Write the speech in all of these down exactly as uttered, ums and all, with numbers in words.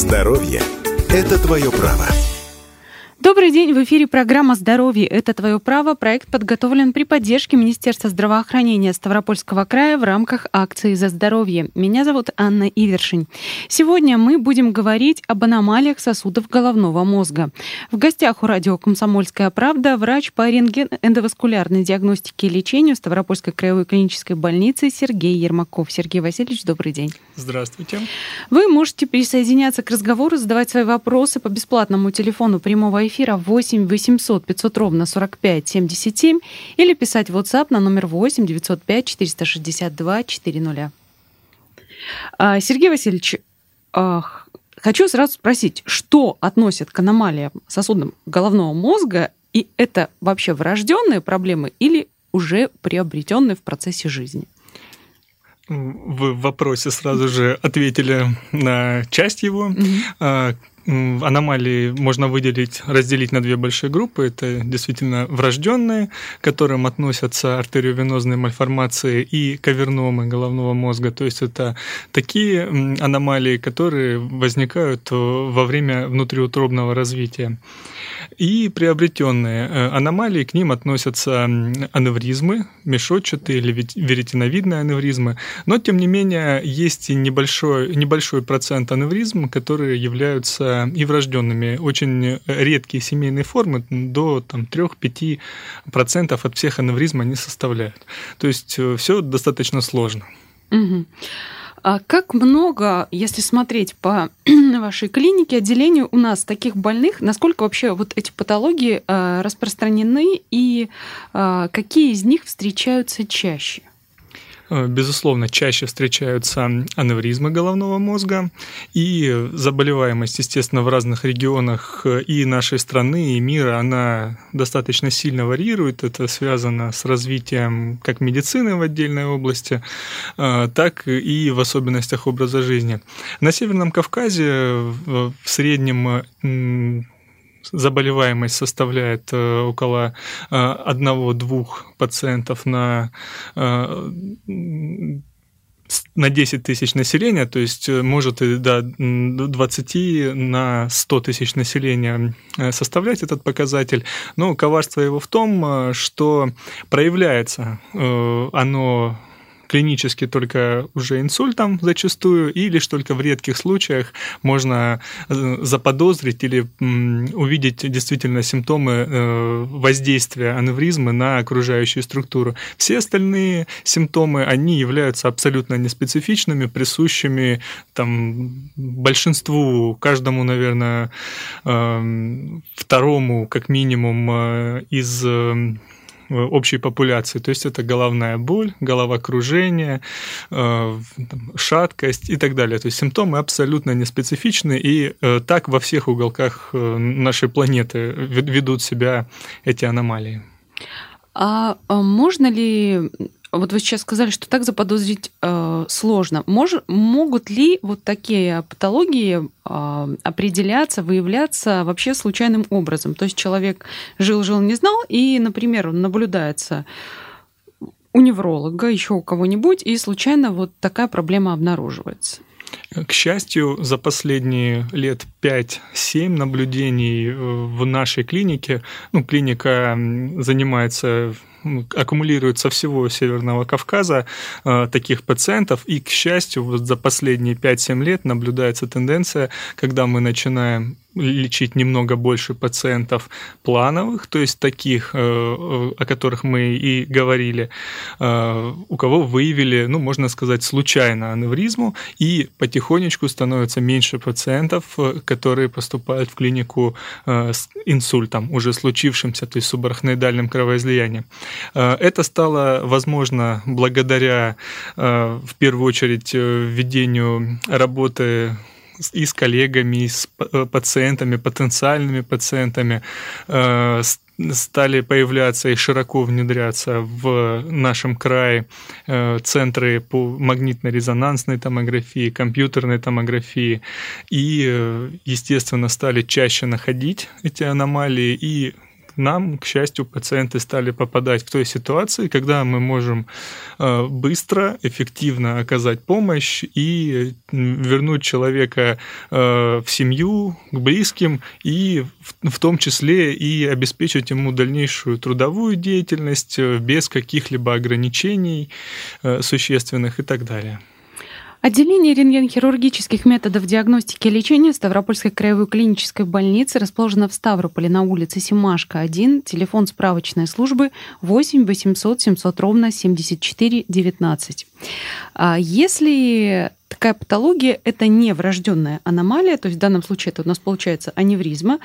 Здоровье – это твое право. Добрый день, в эфире программа «Здоровье. Это твое право». Проект подготовлен при поддержке Министерства здравоохранения Ставропольского края в рамках акции «За здоровье». Меня зовут Анна Ивершин. Сегодня мы будем говорить об аномалиях сосудов головного мозга. В гостях у радио «Комсомольская правда» врач по рентгеноэндоваскулярной диагностике и лечению Ставропольской краевой клинической больницы Сергей Ермаков. Сергей Васильевич, добрый день. Здравствуйте. Вы можете присоединяться к разговору, задавать свои вопросы по бесплатному телефону прямого эфира эфира восемь восемьсот пятьсот ровно сорок пять семьдесят семь или писать в WhatsApp на номер восемь девятьсот пять четыреста шестьдесят два четыреста. Сергей Васильевич, хочу сразу спросить, что относят к аномалиям сосудов головного мозга, и это вообще врожденные проблемы или уже приобретенные в процессе жизни? Вы в вопросе сразу же ответили на часть его. Mm-hmm. Аномалии можно выделить, разделить на две большие группы. Это действительно врожденные, к которым относятся артериовенозные мальформации и каверномы головного мозга. То есть это такие аномалии, которые возникают во время внутриутробного развития. И приобретенные аномалии, к ним относятся аневризмы, мешочатые или веретеновидные аневризмы. Но, тем не менее, есть и небольшой, небольшой процент аневризм, которые являются и врожденными. Очень редкие семейные формы, до там, три-пять процентов от всех аневризм они составляют. То есть все достаточно сложно. Угу. А как много, если смотреть по вашей клинике, отделению, у нас таких больных, насколько вообще вот эти патологии э, распространены и э, какие из них встречаются чаще? Безусловно, чаще встречаются аневризмы головного мозга, и заболеваемость, естественно, в разных регионах и нашей страны, и мира, она достаточно сильно варьирует. Это связано с развитием как медицины в отдельной области, так и в особенностях образа жизни. На Северном Кавказе в среднем заболеваемость составляет около одного-двух пациентов на, на десять тысяч населения, то есть может и до двадцать на сто тысяч населения составлять этот показатель. Но коварство его в том, что проявляется оно клинически только уже инсультом зачастую, и лишь только в редких случаях можно заподозрить или увидеть действительно симптомы воздействия аневризмы на окружающую структуру. Все остальные симптомы, они являются абсолютно неспецифичными, присущими там, большинству, каждому, наверное, второму, как минимум, из общей популяции. То есть это головная боль, головокружение, шаткость и так далее. То есть симптомы абсолютно неспецифичны, и так во всех уголках нашей планеты ведут себя эти аномалии. А можно ли... Вот вы сейчас сказали, что так заподозрить э, сложно. Мож, могут ли вот такие патологии э, определяться, выявляться вообще случайным образом? То есть человек жил-жил, не знал, и, например, он наблюдается у невролога, еще у кого-нибудь, и случайно вот такая проблема обнаруживается. К счастью, за последние лет пять-семь наблюдений в нашей клинике, ну, клиника занимается, аккумулирует со всего Северного Кавказа э, таких пациентов, и, к счастью, вот за последние пять-семь лет наблюдается тенденция, когда мы начинаем лечить немного больше пациентов плановых, то есть таких, о которых мы и говорили, у кого выявили, ну, можно сказать, случайно аневризму, и потихонечку становится меньше пациентов, которые поступают в клинику с инсультом, уже случившимся, то есть субарахноидальным кровоизлиянием. Это стало возможно благодаря, в первую очередь, введению работы и с коллегами, и с пациентами, потенциальными пациентами, стали появляться и широко внедряться в нашем крае центры по магнитно-резонансной томографии, компьютерной томографии, и, естественно, стали чаще находить эти аномалии, и нам, к счастью, пациенты стали попадать в той ситуации, когда мы можем быстро, эффективно оказать помощь и вернуть человека в семью, к близким, и в том числе и обеспечить ему дальнейшую трудовую деятельность без каких-либо ограничений существенных и так далее. Отделение рентгенхирургических методов диагностики и лечения Ставропольской краевой клинической больницы расположено в Ставрополе на улице Семашко, один, телефон справочной службы восемь восемьсот семьсот ровно семьдесят четыре девятнадцать. Если такая патология – это не врожденная аномалия, то есть в данном случае это у нас получается аневризма,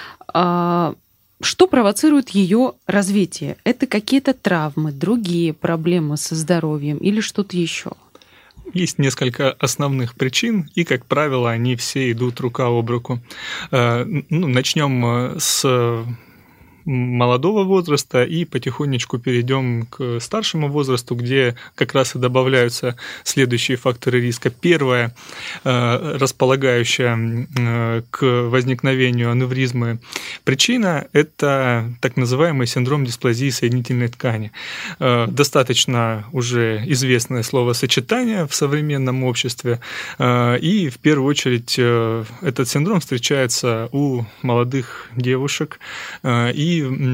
что провоцирует ее развитие? Это какие-то травмы, другие проблемы со здоровьем или что-то еще? Есть несколько основных причин, и, как правило, они все идут рука об руку. Ну, начнем с молодого возраста и потихонечку перейдем к старшему возрасту, где как раз и добавляются следующие факторы риска. Первое, располагающая к возникновению аневризмы причина – это так называемый синдром дисплазии соединительной ткани. Достаточно уже известное словосочетание в современном обществе, и в первую очередь этот синдром встречается у молодых девушек, и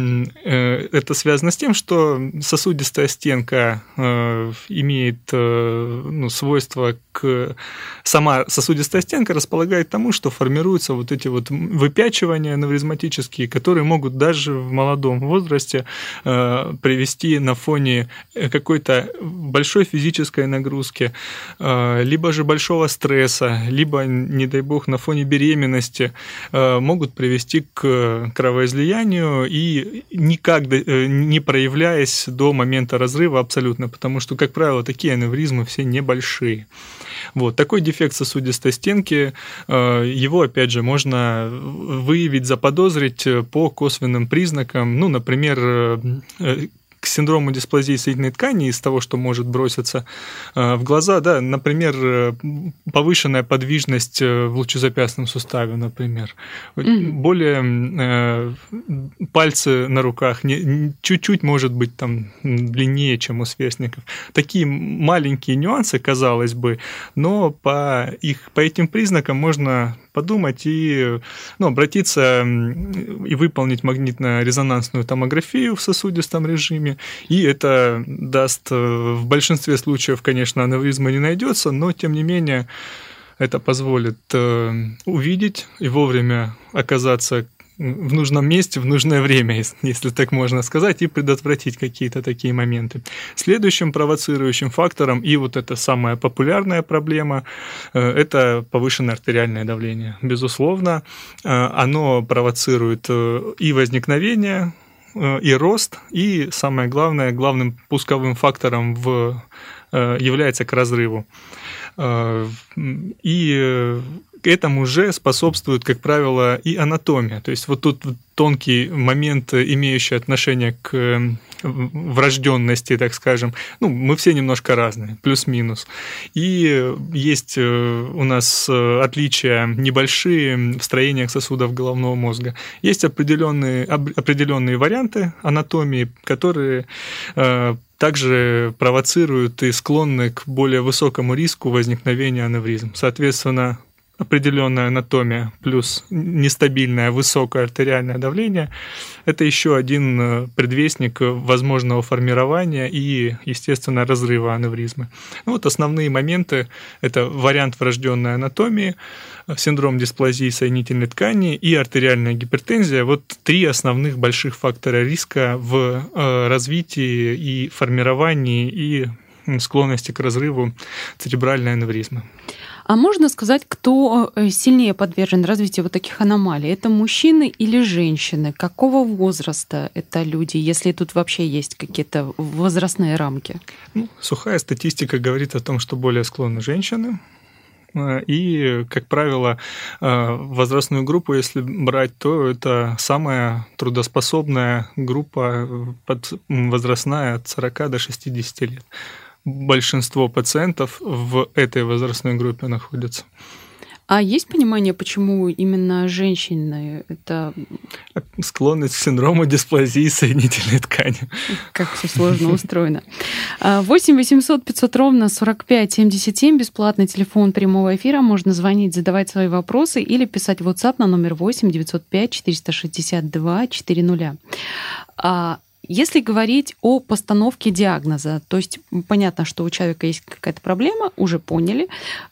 это связано с тем, что сосудистая стенка имеет ну, свойство к... Сама сосудистая стенка располагает к тому, что формируются вот эти вот выпячивания аневризматические, которые могут даже в молодом возрасте привести на фоне какой-то большой физической нагрузки, либо же большого стресса, либо, не дай бог, на фоне беременности, могут привести к кровоизлиянию и никак не проявляясь до момента разрыва абсолютно, потому что, как правило, такие аневризмы все небольшие. Вот. Такой дефект сосудистой стенки, его, опять же, можно выявить, заподозрить по косвенным признакам, ну, например, к синдрому дисплазии соединительной ткани из того, что может броситься в глаза, да, например, повышенная подвижность в лучезапястном суставе, например. Mm-hmm. Более пальцы на руках не, чуть-чуть, может быть, там длиннее, чем у сверстников. Такие маленькие нюансы, казалось бы, но по, их, по этим признакам можно подумать и ну, обратиться и выполнить магнитно-резонансную томографию в сосудистом режиме, и это даст в большинстве случаев, конечно, аневризма не найдется, но тем не менее это позволит увидеть и вовремя оказаться в нужном месте, в нужное время, если так можно сказать, и предотвратить какие-то такие моменты. Следующим провоцирующим фактором, и вот это самая популярная проблема, это повышенное артериальное давление. Безусловно, оно провоцирует и возникновение, и рост, и самое главное, главным пусковым фактором в, является к разрыву. И к этому же способствует, как правило, и анатомия. То есть вот тут тонкий момент, имеющий отношение к врожденности, так скажем. Ну, мы все немножко разные, плюс-минус. И есть у нас отличия небольшие в строениях сосудов головного мозга. Есть определенные, определенные варианты анатомии, которые также провоцируют и склонны к более высокому риску возникновения аневризм. Соответственно, определенная анатомия плюс нестабильное высокое артериальное давление – это еще один предвестник возможного формирования и, естественно, разрыва аневризмы. Ну, вот основные моменты – это вариант врожденной анатомии, синдром дисплазии соединительной ткани и артериальная гипертензия. Вот три основных больших фактора риска в развитии и формировании и склонности к разрыву церебральной аневризмы. А можно сказать, кто сильнее подвержен развитию вот таких аномалий? Это мужчины или женщины? Какого возраста это люди, если тут вообще есть какие-то возрастные рамки? Ну, сухая статистика говорит о том, что более склонны женщины. И, как правило, возрастную группу, если брать, то это самая трудоспособная группа возрастная от сорока до шестидесяти лет. Большинство пациентов в этой возрастной группе находятся. А есть понимание, почему именно женщины это... Склонность к синдрому дисплазии соединительной ткани. Как все сложно устроено. восемь восемьсот пятьсот ровно сорок пять семьдесят семь, бесплатный телефон прямого эфира. Можно звонить, задавать свои вопросы или писать в WhatsApp на номер восемь девятьсот пять четыреста шестьдесят два четыреста. Если говорить о постановке диагноза, то есть понятно, что у человека есть какая-то проблема, уже поняли.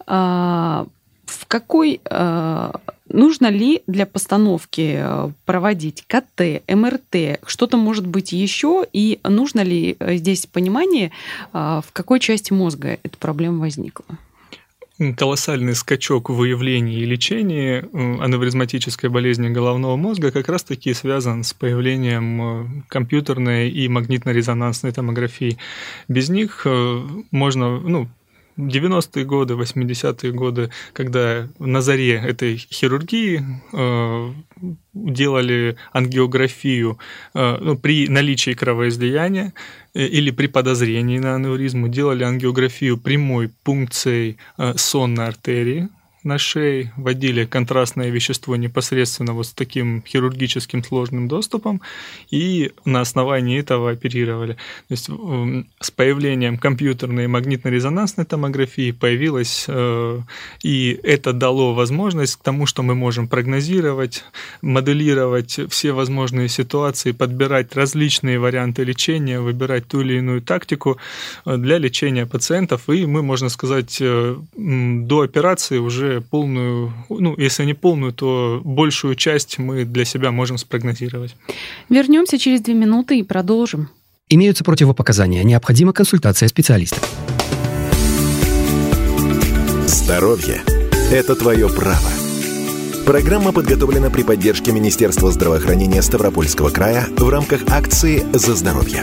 В какой нужно ли для постановки проводить ка тэ, эм эр тэ, что-то может быть еще, и нужно ли здесь понимание, в какой части мозга эта проблема возникла? Колоссальный скачок в выявлении и лечении аневризматической болезни головного мозга как раз-таки связан с появлением компьютерной и магнитно-резонансной томографии. Без них можно, ну, девяностые годы, восьмидесятые годы, когда на заре этой хирургии э, делали ангиографию э, ну, при наличии кровоизлияния э, или при подозрении на аневризму, делали ангиографию прямой пункцией э, сонной артерии на шее, вводили контрастное вещество непосредственно вот с таким хирургическим сложным доступом и на основании этого оперировали. То есть с появлением компьютерной и магнитно-резонансной томографии появилась, и это дало возможность к тому, что мы можем прогнозировать, моделировать все возможные ситуации, подбирать различные варианты лечения, выбирать ту или иную тактику для лечения пациентов, и мы, можно сказать, до операции уже полную, ну, если не полную, то большую часть мы для себя можем спрогнозировать. Вернемся через две минуты и продолжим. Имеются противопоказания. Необходима консультация специалиста. Здоровье – это твое право. Программа подготовлена при поддержке Министерства здравоохранения Ставропольского края в рамках акции «За здоровье».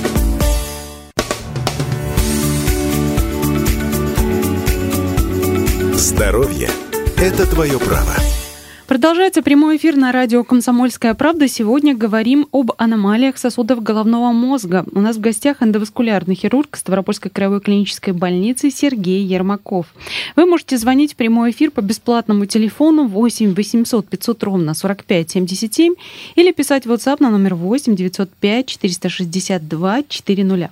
Здоровье – это твое право. Продолжается прямой эфир на радио «Комсомольская правда». Сегодня говорим об аномалиях сосудов головного мозга. У нас в гостях эндоваскулярный хирург Ставропольской краевой клинической больницы Сергей Ермаков. Вы можете звонить в прямой эфир по бесплатному телефону восемь восемьсот пятьсот ровно сорок пять семьдесят семь или писать в WhatsApp на номер восемь девятьсот пять четыреста шестьдесят два четыреста.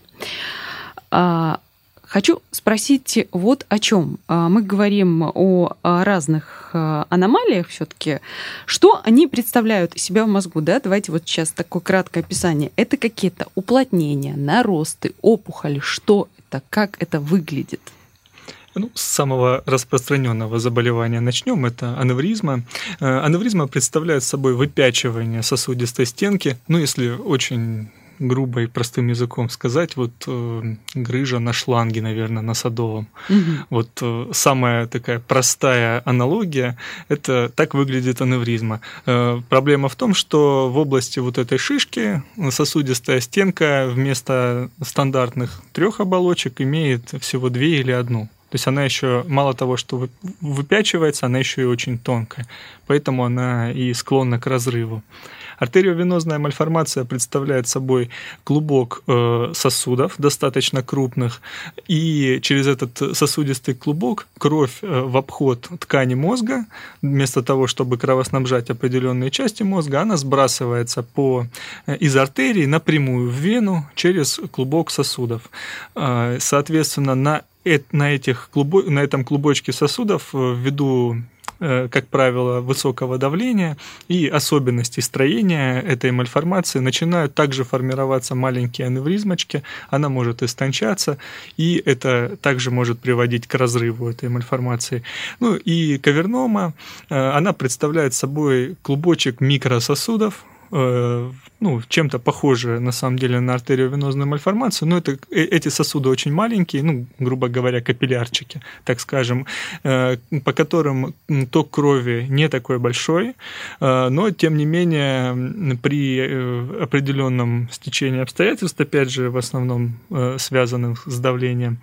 Хочу спросить вот о чем. Мы говорим о разных аномалиях все-таки. Что они представляют из себя в мозгу? Да? Давайте вот сейчас такое краткое описание. Это какие-то уплотнения, наросты, опухоли. Что это? Как это выглядит? Ну, с самого распространенного заболевания начнем. Это аневризма. Аневризма представляет собой выпячивание сосудистой стенки. Ну, если очень грубо и простым языком сказать, вот э, грыжа на шланге, наверное, на Садовом. Угу. Вот э, самая такая простая аналогия, это так выглядит аневризма. Э, проблема в том, что в области вот этой шишки сосудистая стенка вместо стандартных трех оболочек имеет всего две или одну. То есть она еще мало того, что выпячивается, она еще и очень тонкая. Поэтому она и склонна к разрыву. Артериовенозная мальформация представляет собой клубок сосудов, достаточно крупных, и через этот сосудистый клубок кровь в обход ткани мозга, вместо того, чтобы кровоснабжать определенные части мозга, она сбрасывается по, из артерии напрямую в вену через клубок сосудов. Соответственно, на, на, этих клубо, на этом клубочке сосудов ввиду, как правило, высокого давления и особенностей строения этой мальформации начинают также формироваться маленькие аневризмочки, она может истончаться, и это также может приводить к разрыву этой мальформации. Ну и кавернома, она представляет собой клубочек микрососудов, ну, чем-то похоже, на самом деле, на артериовенозную мальформацию, но это, эти сосуды очень маленькие, ну, грубо говоря, капиллярчики, так скажем, по которым ток крови не такой большой, но, тем не менее, при определенном стечении обстоятельств, опять же, в основном связанных с давлением,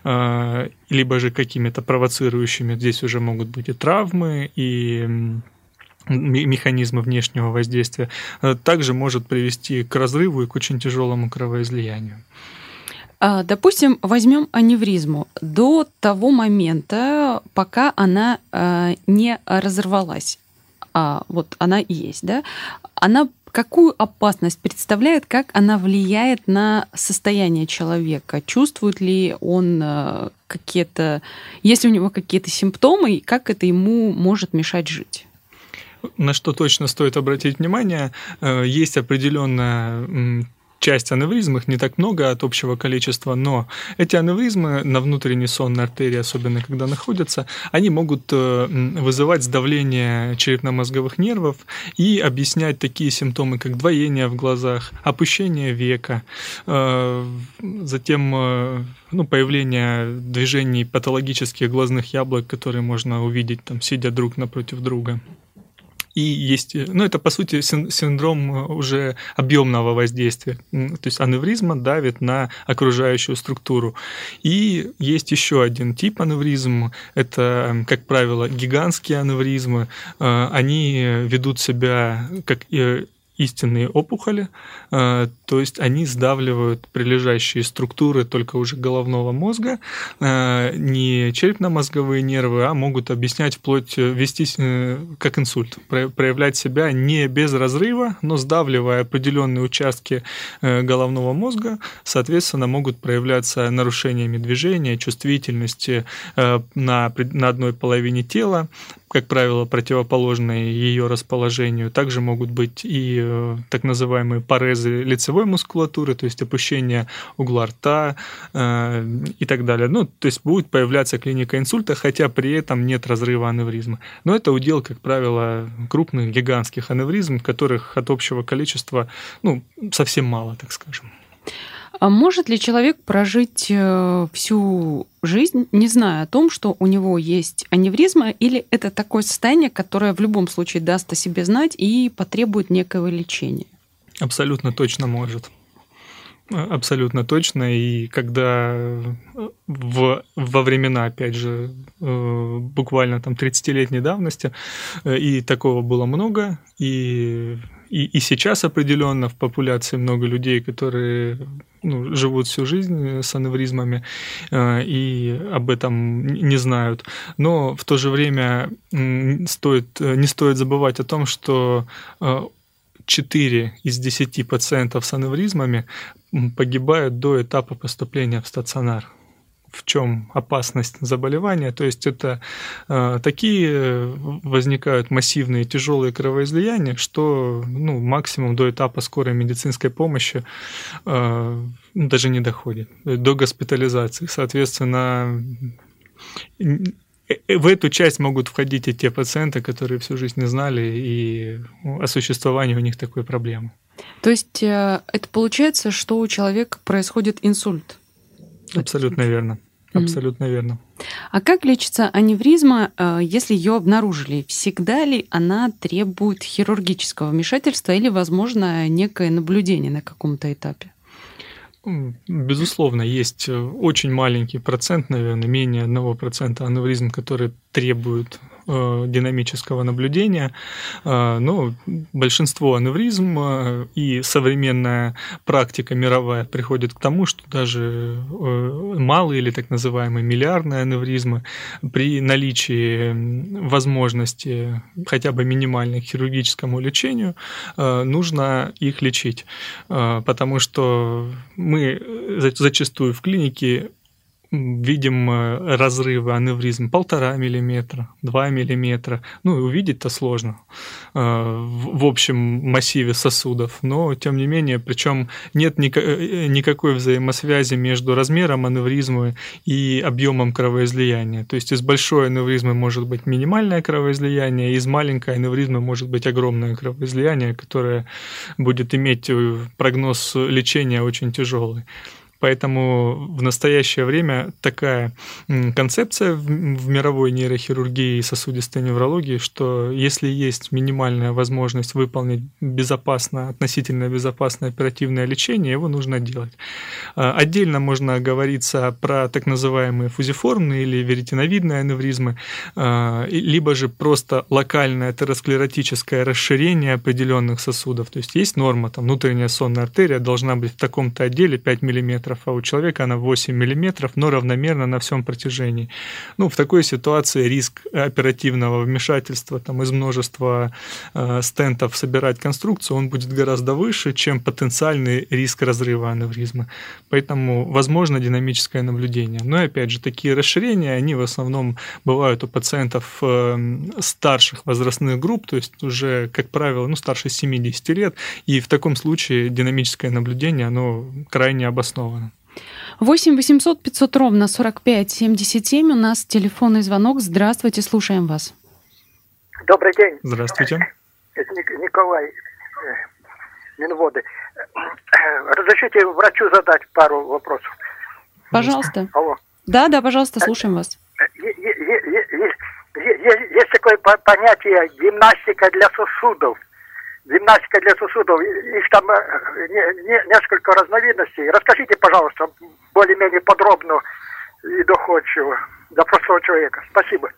либо же какими-то провоцирующими, здесь уже могут быть и травмы, и механизмы внешнего воздействия, также может привести к разрыву и к очень тяжелому кровоизлиянию. Допустим, возьмем аневризму. До того момента, пока она не разорвалась, вот она и есть, да, она какую опасность представляет, как она влияет на состояние человека? Чувствует ли он какие-то, есть ли у него какие-то симптомы, и как это ему может мешать жить? На что точно стоит обратить внимание, есть определенная часть аневризм, их не так много от общего количества, но эти аневризмы на внутренней сонной артерии, особенно когда находятся, они могут вызывать сдавление черепно-мозговых нервов и объяснять такие симптомы, как двоение в глазах, опущение века, затем ну, появление движений патологических глазных яблок, которые можно увидеть, там, сидя друг напротив друга. И есть, ну, это, по сути, синдром уже объемного воздействия. То есть аневризма давит на окружающую структуру. И есть еще один тип аневризм. Это, как правило, гигантские аневризмы. Они ведут себя как истинные опухоли, то есть они сдавливают прилежащие структуры только уже головного мозга, не черепно-мозговые нервы, а могут объяснять вплоть, вести как инсульт, проявлять себя не без разрыва, но сдавливая определенные участки головного мозга, соответственно, могут проявляться нарушениями движения, чувствительности на, на одной половине тела, как правило, противоположные ее расположению. Также могут быть и так называемые парезы лицевой мускулатуры, то есть опущение угла рта э, и так далее. Ну, то есть будет появляться клиника инсульта, хотя при этом нет разрыва аневризмы. Но это удел, как правило, крупных гигантских аневризм, которых от общего количества ну, совсем мало, так скажем. А может ли человек прожить всю жизнь, не зная о том, что у него есть аневризма, или это такое состояние, которое в любом случае даст о себе знать и потребует некого лечения? Абсолютно точно может. Абсолютно точно. И когда в, во времена, опять же, буквально там тридцатилетней давности, и такого было много, и, и, и сейчас определенно в популяции много людей, которые ну, живут всю жизнь с аневризмами и об этом не знают. Но в то же время стоит, не стоит забывать о том, что четыре из десяти пациентов с аневризмами погибают до этапа поступления в стационар. В чем опасность заболевания? То есть это э, такие возникают массивные тяжелые кровоизлияния, что ну, максимум до этапа скорой медицинской помощи э, даже не доходит, до госпитализации. Соответственно, в эту часть могут входить и те пациенты, которые всю жизнь не знали, и о существовании у них такой проблемы. То есть это получается, что у человека происходит инсульт? Абсолютно верно. Абсолютно mm-hmm. верно. А как лечится аневризма, если ее обнаружили? Всегда ли она требует хирургического вмешательства или, возможно, некое наблюдение на каком-то этапе? Безусловно, есть очень маленький процент, наверное, менее одного процента аневризм, которые требуют э, динамического наблюдения, э, но большинство аневризм э, и современная практика мировая приходит к тому, что даже э, малые или так называемые миллиардные аневризмы при наличии возможности хотя бы минимальной к хирургическому лечению э, нужно их лечить, э, потому что мы зачастую в клинике видим разрывы аневризм полтора миллиметра, два миллиметра. Ну, и увидеть-то сложно в общем массиве сосудов, но тем не менее, причем нет никакой взаимосвязи между размером аневризмы и объемом кровоизлияния. То есть из большой аневризмы может быть минимальное кровоизлияние, из маленькой аневризмы может быть огромное кровоизлияние, которое будет иметь прогноз лечения очень тяжелый. Поэтому в настоящее время такая концепция в мировой нейрохирургии и сосудистой неврологии, что если есть минимальная возможность выполнить безопасное, относительно безопасное оперативное лечение, его нужно делать. Отдельно можно говориться про так называемые фузиформные или веретеновидные аневризмы, либо же просто локальное атеросклеротическое расширение определенных сосудов. То есть есть норма, там внутренняя сонная артерия должна быть в таком-то отделе пять миллиметров, миллиметров, а у человека она восемь миллиметров, но равномерно на всем протяжении. Ну, в такой ситуации риск оперативного вмешательства там, из множества э, стентов собирать конструкцию, он будет гораздо выше, чем потенциальный риск разрыва аневризмы. Поэтому возможно динамическое наблюдение. Но, опять же, такие расширения, они в основном бывают у пациентов э, старших возрастных групп, то есть уже, как правило, ну, старше семидесяти лет, и в таком случае динамическое наблюдение, оно крайне обосновано. восемь восемьсот пятьсот ровно сорок пять семьдесят семь. У нас телефонный звонок. Здравствуйте, слушаем вас. Добрый день. Здравствуйте. Это Николай, Минводы. Разрешите врачу задать пару вопросов? Пожалуйста. Алло. Да, да, пожалуйста, слушаем вас. Есть такое понятие гимнастика для сосудов. Гимнастика для сосудов. Их там несколько разновидностей. Расскажите, пожалуйста, более-менее подробно и доходчиво для простого человека. Спасибо.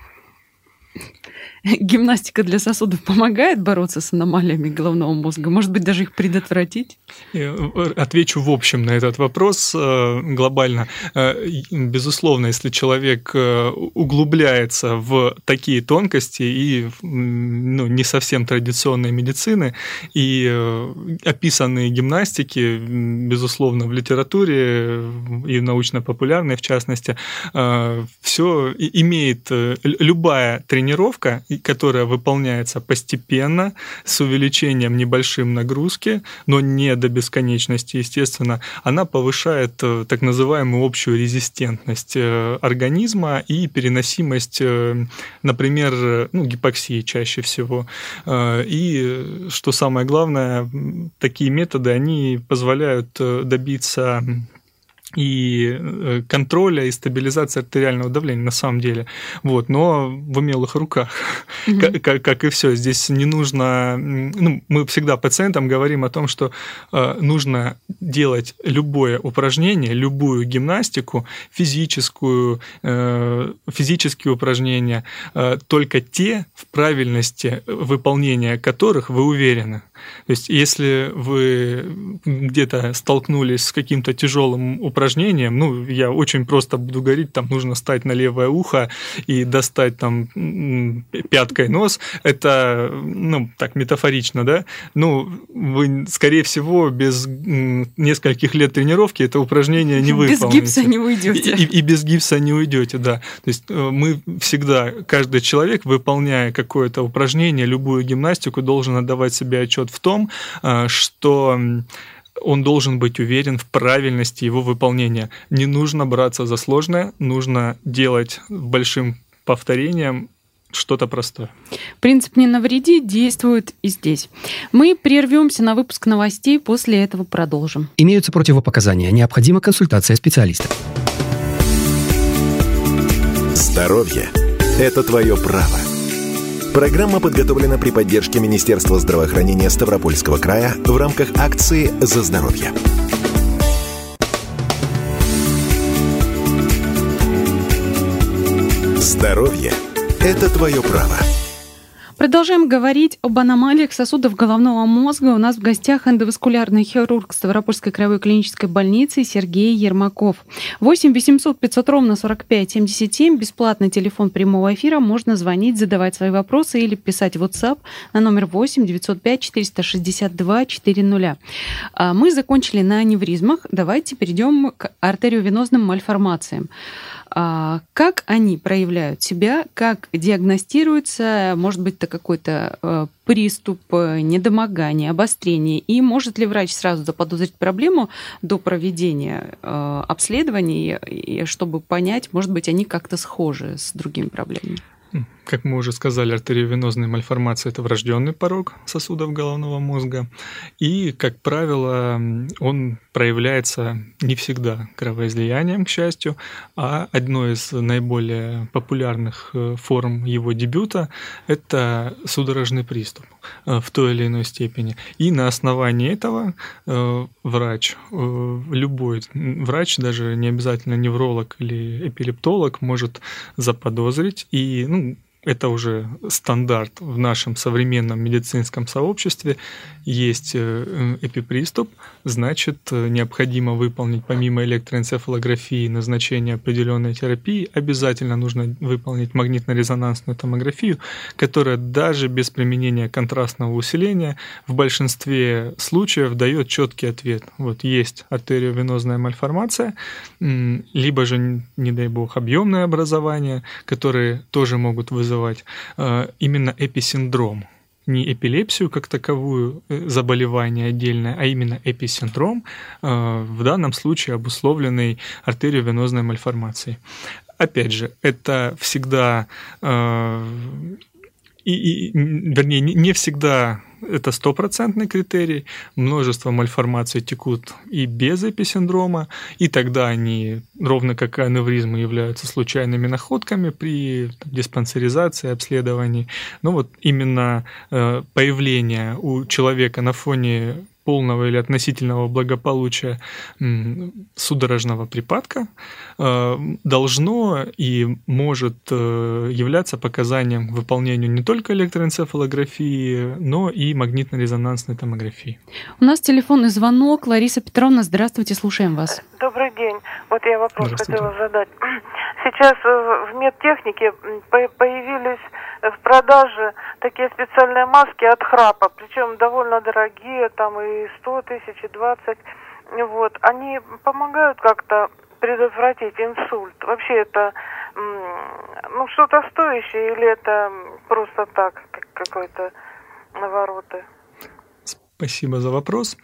Гимнастика для сосудов помогает бороться с аномалиями головного мозга? Может быть, даже их предотвратить? Я отвечу в общем на этот вопрос глобально. Безусловно, если человек углубляется в такие тонкости и ну, не совсем традиционной медицины, и описанные гимнастики, безусловно, в литературе и научно-популярной, в частности, все имеет любая тренировка, которая выполняется постепенно, с увеличением небольшим нагрузки, но не до бесконечности, естественно, она повышает так называемую общую резистентность организма и переносимость, например, ну, гипоксии чаще всего. И, что самое главное, такие методы, они позволяют добиться и контроля, и стабилизации артериального давления на самом деле. Вот, но в умелых руках, mm-hmm. как, как и все. Здесь не нужно... Ну, мы всегда пациентам говорим о том, что э, нужно делать любое упражнение, любую гимнастику, физическую, э, физические упражнения, э, только те, в правильности выполнения которых вы уверены. То есть, если вы где-то столкнулись с каким-то тяжелым упражнением, ну, я очень просто буду говорить, там нужно встать на левое ухо и достать там пяткой нос, это, ну, так метафорично, да, ну, вы, скорее всего, без нескольких лет тренировки это упражнение не выполните. Без гипса не уйдете. И, и, и без гипса не уйдете, да. То есть мы всегда, каждый человек, выполняя какое-то упражнение, любую гимнастику, должен отдавать себе отчет в том, что он должен быть уверен в правильности его выполнения. Не нужно браться за сложное, нужно делать большим повторением что-то простое. Принцип «не навреди» действует и здесь. Мы прервемся на выпуск новостей, после этого продолжим. Имеются противопоказания. Необходима консультация специалиста. Здоровье – это твое право. Программа подготовлена при поддержке Министерства здравоохранения Ставропольского края в рамках акции «За здоровье». Здоровье – это твое право. Продолжаем говорить об аномалиях сосудов головного мозга. У нас в гостях эндоваскулярный хирург Ставропольской краевой клинической больницы Сергей Ермаков. восемь восемьсот пятьсот ровно сорок пять семьдесят семь. Бесплатный телефон прямого эфира. Можно звонить, задавать свои вопросы или писать в WhatsApp на номер восемь девятьсот пять четыреста шестьдесят два четыреста. Мы закончили на аневризмах. Давайте перейдем к артериовенозным мальформациям. Как они проявляют себя, как диагностируются, может быть, это какой-то приступ недомогания, обострение, и может ли врач сразу заподозрить проблему до проведения обследований, чтобы понять, может быть, они как-то схожи с другими проблемами? Как мы уже сказали, артериовенозная мальформация – это врожденный порок сосудов головного мозга. И, как правило, он проявляется не всегда кровоизлиянием, к счастью, а одной из наиболее популярных форм его дебюта – это судорожный приступ в той или иной степени. И на основании этого врач, любой врач, даже не обязательно невролог или эпилептолог, может заподозрить и, ну, это уже стандарт в нашем современном медицинском сообществе. Есть эпиприступ, значит, необходимо выполнить помимо электроэнцефалографии назначение определенной терапии, обязательно нужно выполнить магнитно-резонансную томографию, которая даже без применения контрастного усиления в большинстве случаев дает четкий ответ. Вот есть артериовенозная мальформация, либо же, не дай бог, объемное образование, которые тоже могут вызывать именно эписиндром. Не эпилепсию как таковую, заболевание отдельное, а именно эписиндром, в данном случае обусловленный артериовенозной мальформацией. Опять же, это всегда, и, и, вернее, не всегда это стопроцентный критерий, множество мальформаций текут и без эписиндрома, и тогда они, ровно как и аневризмы, являются случайными находками при диспансеризации, обследовании. Но вот именно появление у человека на фоне полного или относительного благополучия судорожного припадка должно и может являться показанием к выполнению не только электроэнцефалографии, но и магнитно-резонансной томографии. У нас телефонный звонок. Лариса Петровна, здравствуйте, слушаем вас. Добрый день. Вот я вопрос хотела задать. Сейчас в медтехнике появились в продаже такие специальные маски от храпа, причем довольно дорогие, там и сто тысяч, и двадцать. Вот. Они помогают как-то предотвратить инсульт. Вообще это ну, что-то стоящее или это просто так, какой-то навороты? Спасибо за вопрос.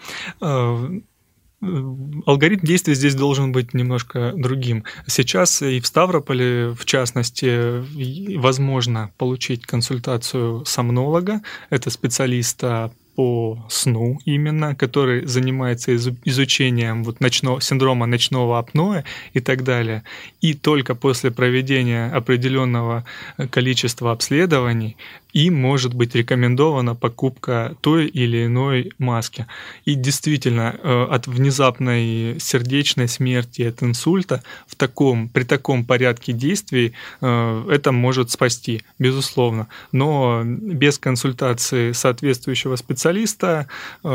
Алгоритм действия здесь должен быть немножко другим. Сейчас и в Ставрополе, в частности, возможно получить консультацию сомнолога, это специалиста по сну именно, который занимается изучением вот ночного, синдрома ночного апноэ и так далее. И только после проведения определенного количества обследований им может быть рекомендована покупка той или иной маски. И действительно, от внезапной сердечной смерти, от инсульта в таком, при таком порядке действий это может спасти, безусловно. Но без консультации соответствующего специалиста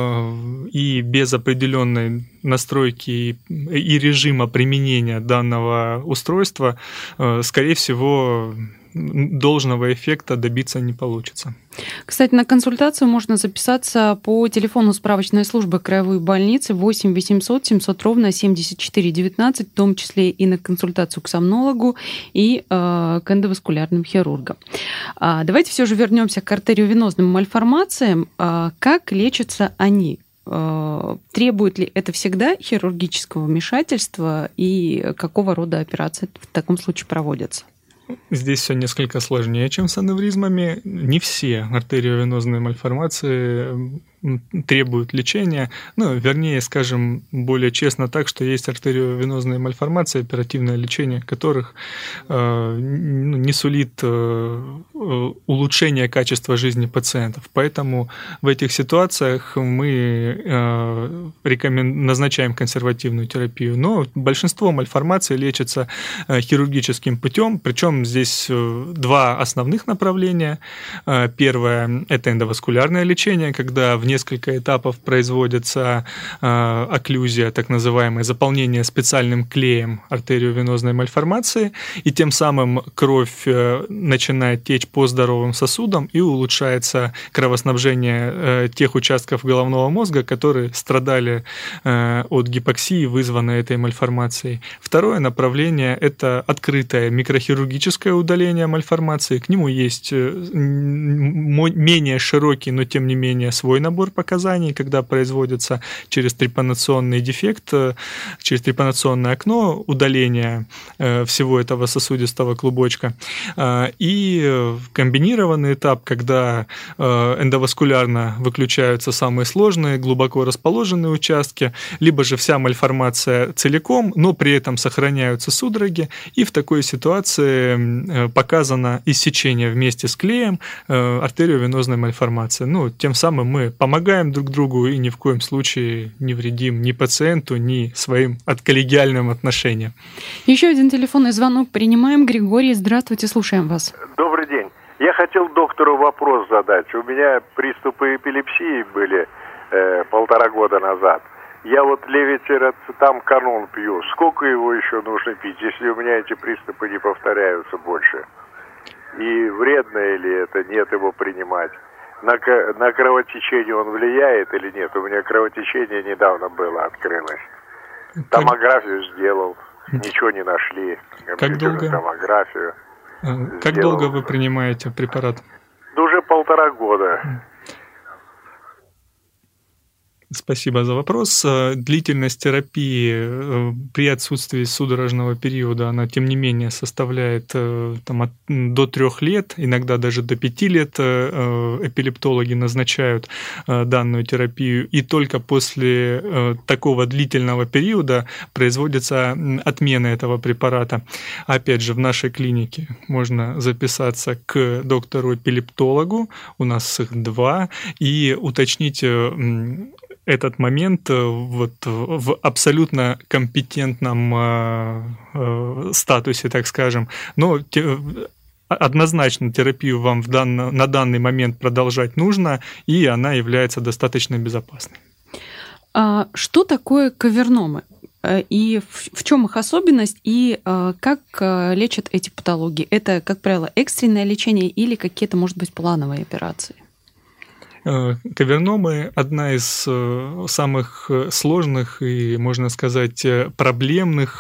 и без определенной настройки и режима применения данного устройства, скорее всего, должного эффекта добиться не получится. Кстати, на консультацию можно записаться по телефону справочной службы краевой больницы восемь восемьсот семьсот ровно семьдесят четыре девятнадцать, в том числе и на консультацию к сомнологу и э, к эндоваскулярным хирургам. А, давайте все же вернемся к артериовенозным мальформациям. А, как лечатся они? Требует ли это всегда хирургического вмешательства и какого рода операции в таком случае проводятся? Здесь все несколько сложнее, чем с аневризмами. Не все артериовенозные мальформации требуют лечения. Ну, вернее, скажем, более честно так, что есть артериовенозные мальформации, оперативное лечение которых э, не сулит э, улучшения качества жизни пациентов. Поэтому в этих ситуациях мы э, рекомен... назначаем консервативную терапию. Но большинство мальформаций лечится э, хирургическим путем, причем здесь э, два основных направления. Э, первое – это эндоваскулярное лечение, когда в несколько этапов производится э, окклюзия, так называемое заполнение специальным клеем артериовенозной мальформации, и тем самым кровь э, начинает течь по здоровым сосудам и улучшается кровоснабжение э, тех участков головного мозга, которые страдали э, от гипоксии, вызванной этой мальформацией. Второе направление – это открытое микрохирургическое удаление мальформации. К нему есть э, менее широкий, но тем не менее свой набор показаний, когда производится через трепанационный дефект, через трепанационное окно удаление всего этого сосудистого клубочка. И комбинированный этап, когда эндоваскулярно выключаются самые сложные, глубоко расположенные участки, либо же вся мальформация целиком, но при этом сохраняются судороги, и в такой ситуации показано иссечение вместе с клеем артериовенозной мальформации. Ну, тем самым мы помогаем друг другу и ни в коем случае не вредим ни пациенту, ни своим коллегиальным отношениям. Еще один телефонный звонок принимаем. Григорий, здравствуйте, слушаем вас. Добрый день. Я Я хотел доктору вопрос задать. У меня приступы эпилепсии были э, полтора года назад. Я вот левицирацетам канон пью. Сколько его еще нужно пить, если у меня эти приступы не повторяются больше? И вредно ли это, нет его принимать? На, на кровотечение он влияет или нет? У меня кровотечение недавно было, открылось. Томографию сделал, ничего не нашли. Как долго? Томографию. Как сделал. Долго вы принимаете препарат? Уже полтора года. Спасибо за вопрос. Длительность терапии при отсутствии судорожного периода, она, тем не менее, составляет там, от, до трех лет, иногда даже до пяти лет эпилептологи назначают данную терапию, и только после такого длительного периода производится отмена этого препарата. Опять же, в нашей клинике можно записаться к доктору-эпилептологу, у нас их два, и уточнить этот момент вот в абсолютно компетентном э, э, статусе, так скажем. Но те, однозначно терапию вам в данно, на данный момент продолжать нужно, и она является достаточно безопасной. А что такое каверномы? И в чем их особенность, и как лечат эти патологии? Это, как правило, экстренное лечение или какие-то, может быть, плановые операции? Каверномы – одна из самых сложных и, можно сказать, проблемных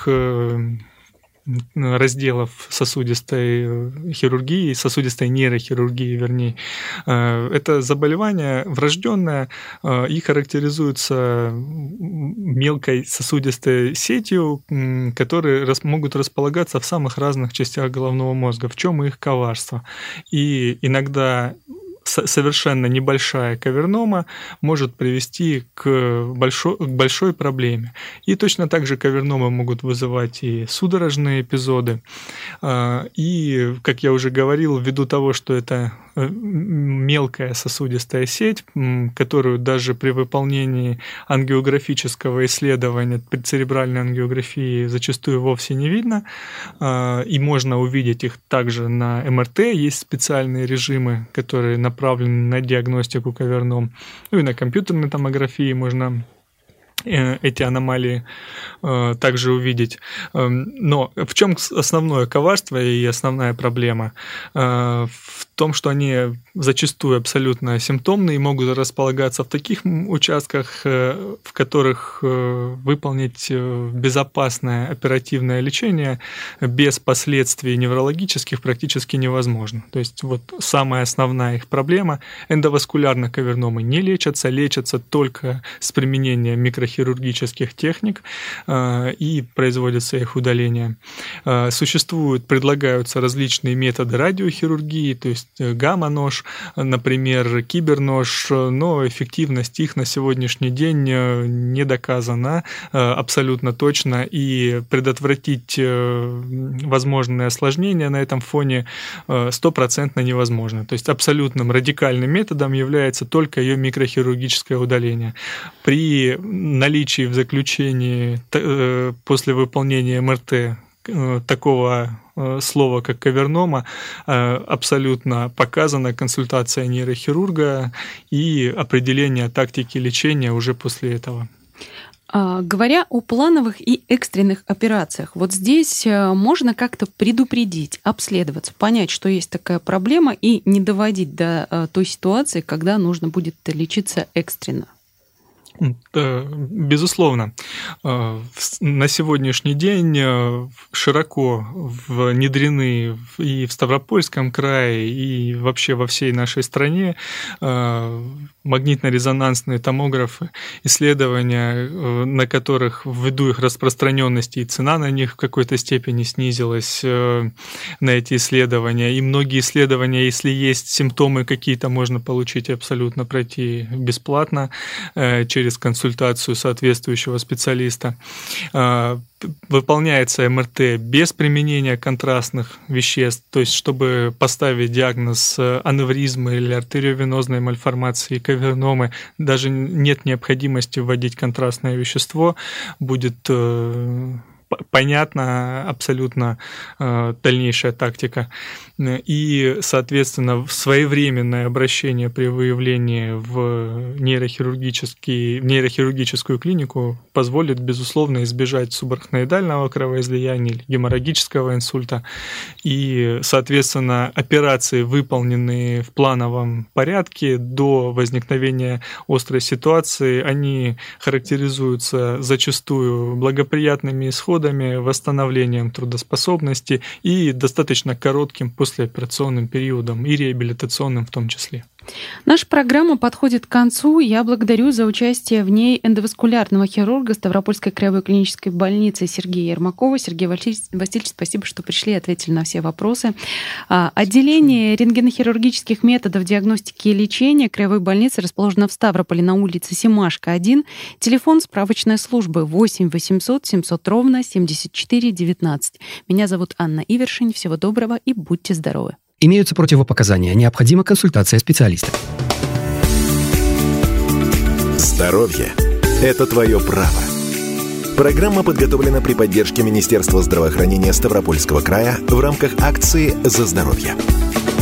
разделов сосудистой хирургии, сосудистой нейрохирургии, вернее. Это заболевание врожденное и характеризуется мелкой сосудистой сетью, которые могут располагаться в самых разных частях головного мозга. В чем их коварство? И иногда совершенно небольшая кавернома может привести к большой, к большой проблеме. И точно так же каверномы могут вызывать и судорожные эпизоды. И, как я уже говорил, ввиду того, что это мелкая сосудистая сеть, которую даже при выполнении ангиографического исследования, при церебральной ангиографии зачастую вовсе не видно, и можно увидеть их также на эм эр тэ. Есть специальные режимы, которые направлены на диагностику каверном. Ну и на компьютерной томографии можно эти аномалии э, также увидеть. Но в чем основное коварство и основная проблема? Э, в том, что они зачастую абсолютно асимптомные и могут располагаться в таких участках, э, в которых э, выполнить безопасное оперативное лечение без последствий неврологических практически невозможно. То есть вот самая основная их проблема – эндоваскулярно каверномы не лечатся, лечатся только с применением микрохирургии, хирургических техник, и производится их удаление. Существуют, предлагаются различные методы радиохирургии, то есть гамма-нож, например, кибернож, но эффективность их на сегодняшний день не доказана абсолютно точно, и предотвратить возможные осложнения на этом фоне стопроцентно невозможно. То есть абсолютным радикальным методом является только ее микрохирургическое удаление. При наличии в заключении после выполнения эм эр тэ такого слова, как кавернома, абсолютно показана консультация нейрохирурга и определение тактики лечения уже после этого. Говоря о плановых и экстренных операциях, вот здесь можно как-то предупредить, обследоваться, понять, что есть такая проблема, и не доводить до той ситуации, когда нужно будет лечиться экстренно. Безусловно. На сегодняшний день широко внедрены и в Ставропольском крае, и вообще во всей нашей стране магнитно-резонансные томографы, исследования, на которых ввиду их распространенности и цена на них в какой-то степени снизилась на эти исследования. И многие исследования, если есть симптомы какие-то, можно получить и абсолютно пройти бесплатно через консультацию соответствующего специалиста. Выполняется эм эр тэ без применения контрастных веществ, то есть чтобы поставить диагноз аневризмы или артериовенозной мальформации, каверномы, даже нет необходимости вводить контрастное вещество, будет понятна абсолютно дальнейшая тактика. И, соответственно, своевременное обращение при выявлении в, нейрохирургический, в нейрохирургическую клинику позволит, безусловно, избежать субарахноидального кровоизлияния или геморрагического инсульта. И, соответственно, операции, выполненные в плановом порядке до возникновения острой ситуации, они характеризуются зачастую благоприятными исходами, восстановлением трудоспособности и достаточно коротким послеоперационным периодом и реабилитационным в том числе. Наша программа подходит к концу. Я благодарю за участие в ней эндоваскулярного хирурга Ставропольской краевой клинической больницы Сергея Ермакова. Сергей Васильевич, спасибо, что пришли и ответили на все вопросы. Отделение рентгенохирургических методов диагностики и лечения краевой больницы расположено в Ставрополе на улице Семашко, один. Телефон справочной службы восемь восемьсот семьсот ровно семьдесят четыре девятнадцать. Меня зовут Анна Ивершин. Всего доброго и будьте здоровы. Имеются противопоказания. Необходима консультация специалиста. Здоровье – это твое право. Программа подготовлена при поддержке Министерства здравоохранения Ставропольского края в рамках акции «За здоровье».